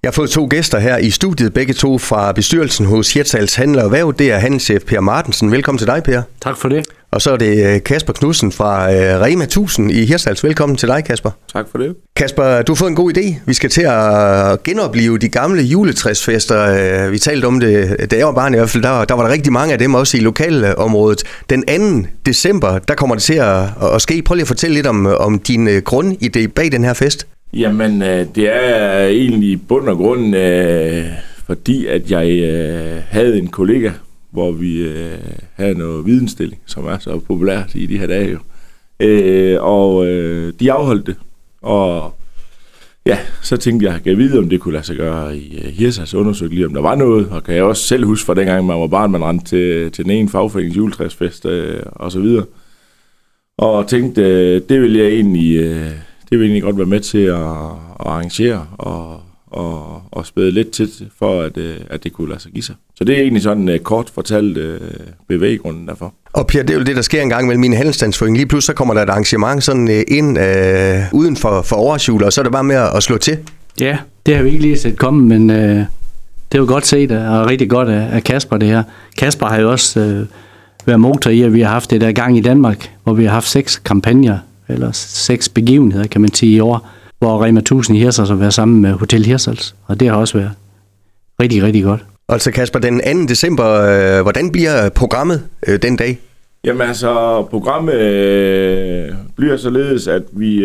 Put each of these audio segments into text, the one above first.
Jeg har fået 2 gæster her i studiet, begge to fra bestyrelsen hos Hirtshals Handel og Erhverv. Det er handelschef Per Martensen. Velkommen til dig, Per. Tak for det. Og så er det Kasper Knudsen fra Rema 1000 i Hirtshals. Velkommen til dig, Kasper. Tak for det. Kasper, du har fået en god idé. Vi skal til at genopleve de gamle juletræsfester. Vi talte om det, da jeg var barn i hvert fald. Der var der rigtig mange af dem også i lokalområdet. Den 2. december, der kommer det til at ske. Prøv lige at fortælle lidt om din grundidé bag den her fest. Jamen, det er egentlig i bund og grund, fordi at jeg havde en kollega, hvor vi havde noget vidensdeling, som er så populært i de her dage jo. Og de afholdt det, og ja, så tænkte jeg, kan jeg vide, om det kunne lade sig gøre i Hirtshals, undersøgte lige, om der var noget, og kan jeg også selv huske fra dengang, man var barn, man rendte til den ene fagforenings juletræsfest og så videre. Og tænkte, det ville jeg egentlig godt være med til at arrangere og spæde lidt til, for at det kunne lade sig give sig. Så det er egentlig sådan kort fortalt bevæggrunden derfor. Og Per, det er jo det, der sker en gang mellem min handelsstandsforening. Lige pludselig så kommer der et arrangement sådan ind uden for årsjul, og så er det bare med at slå til. Ja, det har vi ikke lige set komme, men det er jo godt set og rigtig godt af Kasper det her. Kasper har jo også været motor i, at vi har haft det der gang i Danmark, hvor vi har haft 6 kampagner, eller 6 begivenheder, kan man sige, i år, hvor Rema 1000 i Hirtshals har været sammen med Hotel Hirtshals, og det har også været rigtig, rigtig godt. Altså Kasper, den 2. december, hvordan bliver programmet den dag? Jamen altså, programmet bliver således, at vi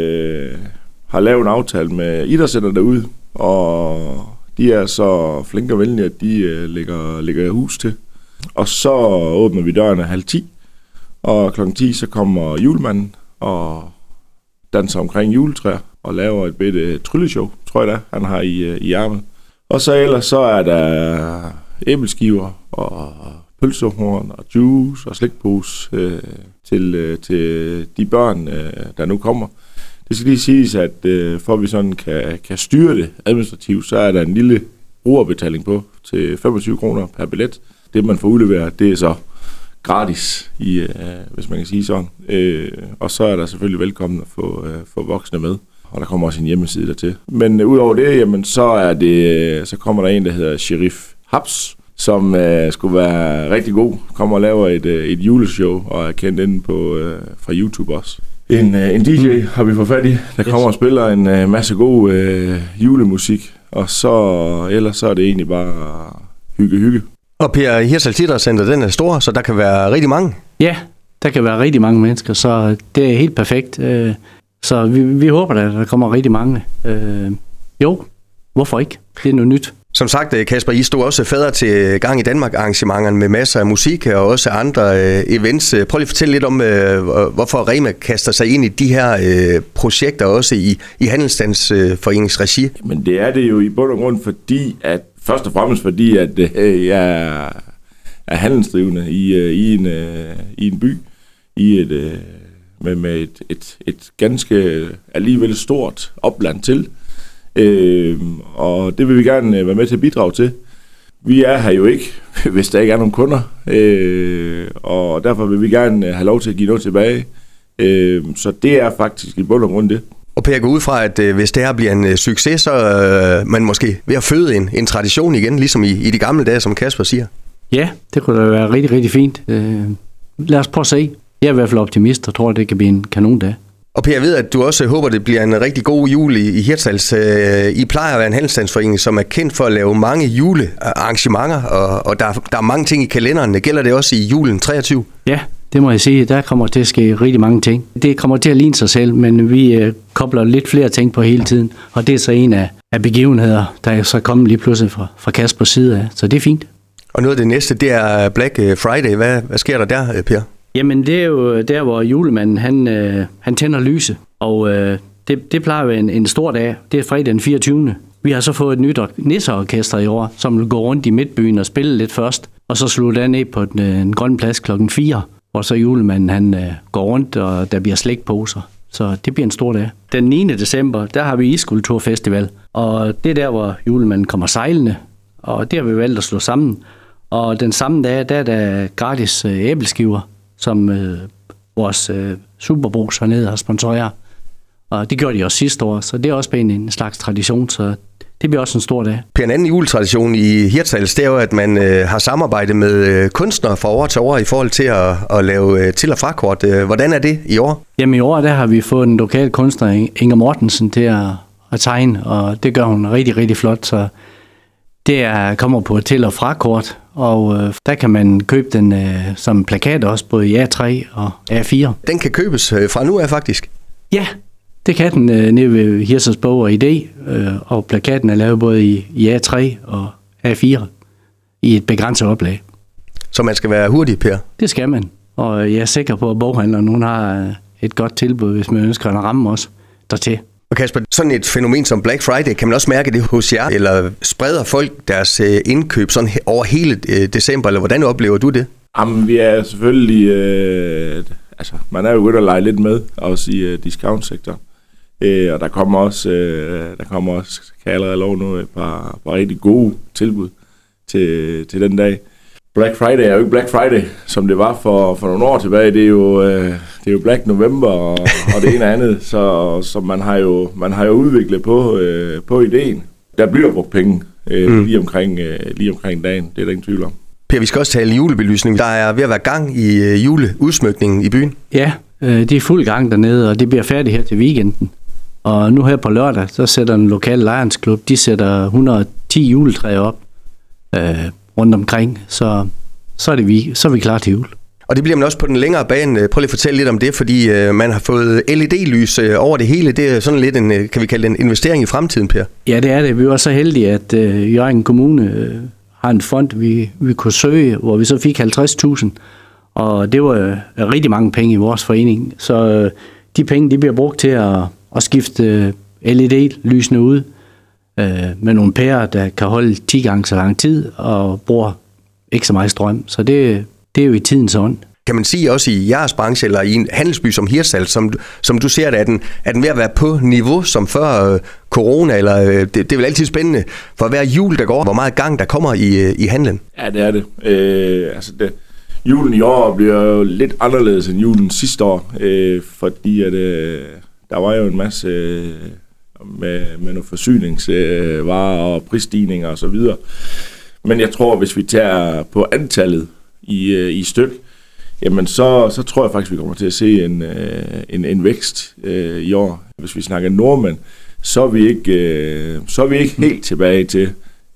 har lavet en aftale med idrætscenter derude, og de er så flinke og venlige, at de lægger hus til. Og så åbner vi dørene 9:30, og 10:00 så kommer julemanden og danser omkring juletræer og laver et bitte trylleshow, tror jeg da, han har i ærmet. Og så ellers så er der æbleskiver og pølsehorn og juice og slikpose til de børn, der nu kommer. Det skal lige siges, at for at vi sådan kan styre det administrativt, så er der en lille brugerbetaling på til 25 kroner per billet. Det man får udleveret, det er så gratis, hvis man kan sige sådan. Og så er der selvfølgelig velkommen at få voksne med. Og der kommer også en hjemmeside dertil. Men udover det, jamen, så kommer der en, der hedder Sheriff Haps, som skulle være rigtig god. Kommer og laver et juleshow og er kendt inde fra YouTube også. En DJ har vi fået fat i, der kommer og spiller en masse god julemusik. Og ellers så er det egentlig bare hygge. Og Per, Hirtshals Idrætscenter, den er stor, så der kan være rigtig mange. Ja, der kan være rigtig mange mennesker, så det er helt perfekt. Så vi håber, at der kommer rigtig mange. Jo, hvorfor ikke? Det er noget nyt. Som sagt, Kasper, I stod også fader til gang i Danmark arrangementerne med masser af musik og også andre events. Prøv lige at fortælle lidt om, hvorfor Rema kaster sig ind i de her projekter også i Handelsstandsforeningens regi. Men det er det jo i bund og grund, først og fremmest fordi, at jeg er handelsdrivende i en by, med et ganske alligevel stort opland til. Og det vil vi gerne være med til at bidrage til. Vi er her jo ikke, hvis der ikke er nogen kunder, og derfor vil vi gerne have lov til at give noget tilbage. Så det er faktisk i bund og grund det. Og Per, går ud fra, at hvis det her bliver en succes, så man måske ved at føde en tradition igen, ligesom i de gamle dage, som Kasper siger. Ja, det kunne da være rigtig, rigtig fint. Lad os prøve at se. Jeg er i hvert fald optimist og tror, at det kan blive en kanondag. Og Per, jeg ved, at du også håber, det bliver en rigtig god jul i Hirtshals. I plejer at være en handelsstandsforening, som er kendt for at lave mange julearrangementer, og der er mange ting i kalenderen. Gælder det også i julen 23? Ja, det må jeg sige. Der kommer til at ske rigtig mange ting. Det kommer til at ligne sig selv, men vi kobler lidt flere ting på hele tiden. Og det er så en af begivenheder, der er så kommet lige pludselig fra Kaspers side af. Så det er fint. Og noget af det næste, det er Black Friday. Hvad sker der der, Per? Jamen, det er jo der, hvor julemanden han tænder lyse, og det plejer at være en stor dag. Det er fredag den 24. Vi har så fået et nyt nisseorkester i år, som vil gå rundt i midtbyen og spille lidt først, og så slutte der ned på den grønne plads 4:00, hvor så julemanden han går rundt, og der bliver slikposer. Så det bliver en stor dag. Den 9. december, der har vi Iskulturfestival, og det er der, hvor julemanden kommer sejlende, og det har vi valgt at slå sammen. Og den samme dag, der er der gratis æbleskiver, som vores Superbrus hernede har sponsoreret. Og det gjorde de også sidste år, så det er også en slags tradition, så Det bliver også en stor dag. Per, en anden juletradition i Hirtshals, det er jo, at man har samarbejdet med kunstnere fra år til år i forhold til at lave til- og frakort. Hvordan er det i år? Jamen i år, der har vi fået en lokal kunstner, Inger Mortensen, til at tegne, og det gør hun rigtig, rigtig flot. Så det kommer på til- og frakort, og der kan man købe den som plakat også, både i A3 og A4. Den kan købes fra nu af faktisk? Ja, det kan den nede ved Hirtshals Bog og Idé, og plakaten er lavet både i A3 og A4 i et begrænset oplag. Så man skal være hurtig, Per? Det skal man, og jeg er sikker på, at boghandleren hun har et godt tilbud, hvis man ønsker at ramme os dertil. Og Kasper, sådan et fænomen som Black Friday, kan man også mærke det hos jer, eller spreder folk deres indkøb sådan over hele december, eller hvordan oplever du det? Jamen, vi er selvfølgelig, man er jo begyndt at lege lidt med, også i discount-sektoren. Og der kommer også, kan jeg allerede love nu, et par rigtig gode tilbud til den dag. Black Friday er jo ikke Black Friday, som det var for nogle år tilbage. Det er jo Black November og det ene og andet, så man har jo udviklet på ideen. Der bliver brugt penge lige omkring dagen, det er der ingen tvivl om. Per, vi skal også tale julebelysning. Der er ved at være gang i juleudsmykningen i byen. Ja, det er fuld gang dernede, og det bliver færdigt her til weekenden. Og nu her på lørdag, så sætter den lokale Lions Club, de sætter 110 juletræer op rundt omkring, så er vi klar til jul. Og det bliver man også på den længere bane. Prøv lige at fortælle lidt om det, fordi man har fået LED-lys over det hele. Det er sådan lidt en, kan vi kalde det en investering i fremtiden, Per? Ja, det er det. Vi var så heldige, at Hjørring Kommune har en fond, vi kunne søge, hvor vi så fik 50.000. Og det var rigtig mange penge i vores forening. Så de penge, de bliver brugt til at skifte LED-lysene ud med nogle pærer, der kan holde 10 gange så lang tid og bruger ikke så meget strøm. Så det er jo i tidens ånd. Kan man sige også i jeres branche, eller i en handelsby som Hirtshals, som du ser det, er den ved at være på niveau som før corona, eller det er vel altid spændende for hver jul, der går, hvor meget gang der kommer i handlen? Ja, det er det. Julen i år bliver jo lidt anderledes end julen sidste år, fordi at, der var jo en masse med nogle forsyningsvarer og prisstigninger og så videre. Men jeg tror, hvis vi tager på antallet i styk, jamen så tror jeg faktisk, vi kommer til at se en vækst i år. Hvis vi snakker nordmænd, så er vi ikke helt tilbage til,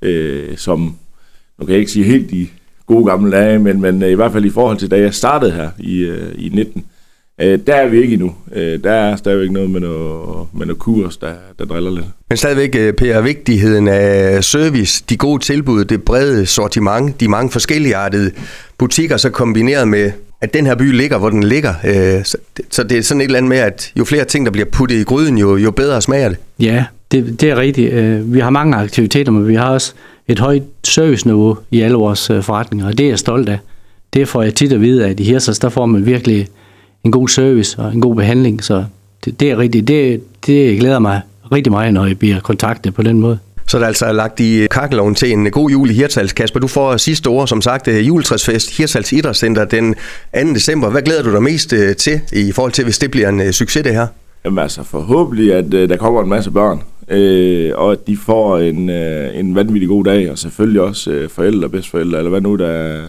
som, nu kan jeg ikke sige helt de gode gamle dage, men i hvert fald i forhold til da jeg startede her i 19, der er vi ikke endnu. Der er stadigvæk noget med noget kurs, der driller lidt. Men stadigvæk, Per, vigtigheden af service, de gode tilbud, det brede sortiment, de mange forskelligartede butikker, så kombineret med, at den her by ligger, hvor den ligger. Så det er sådan et eller andet med, at jo flere ting, der bliver puttet i gryden, jo bedre smager det. Ja, det er rigtigt. Vi har mange aktiviteter, men vi har også et højt serviceniveau i alle vores forretninger, og det er jeg stolt af. Det får jeg tit at vide, at i Hirtshals, der får man virkelig en god service og en god behandling, så det er rigtigt. Det glæder mig rigtig meget, når jeg bliver kontaktet på den måde. Så der er altså lagt i kakkeloven til en god jul i Hirtshals. Kasper, du får sidste år, som sagt, juletræsfest, Hirtshals Idrætscenter den 2. december. Hvad glæder du dig mest til i forhold til, hvis det bliver en succes, det her? Jamen altså forhåbentlig, at der kommer en masse børn, og at de får en vanvittig god dag, og selvfølgelig også forældre, bedsteforældre, eller hvad nu der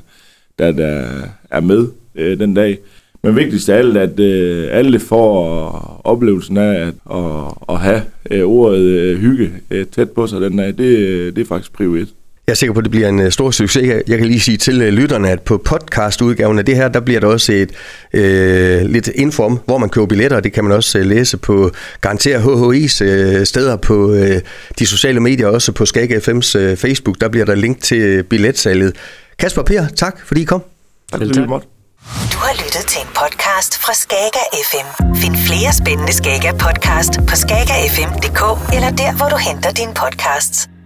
er med den dag. Men vigtigst af alt, at alle får oplevelsen af at have ordet hygge tæt på sig den dag, det er faktisk prioritet. Jeg er sikker på, at det bliver en stor succes. Jeg kan lige sige til lytterne, at på podcastudgaven af det her, der bliver der også et lidt info om, hvor man køber billetter, og det kan man også læse på Garanter HHI's steder på de sociale medier, også på Skag FM's Facebook. Der bliver der link til billetsalget. Kasper og Per, tak fordi I kom. Tak. Du har lyttet til en podcast fra Skager FM. Find flere spændende Skager podcast på skagerfm.dk eller der, hvor du henter dine podcasts.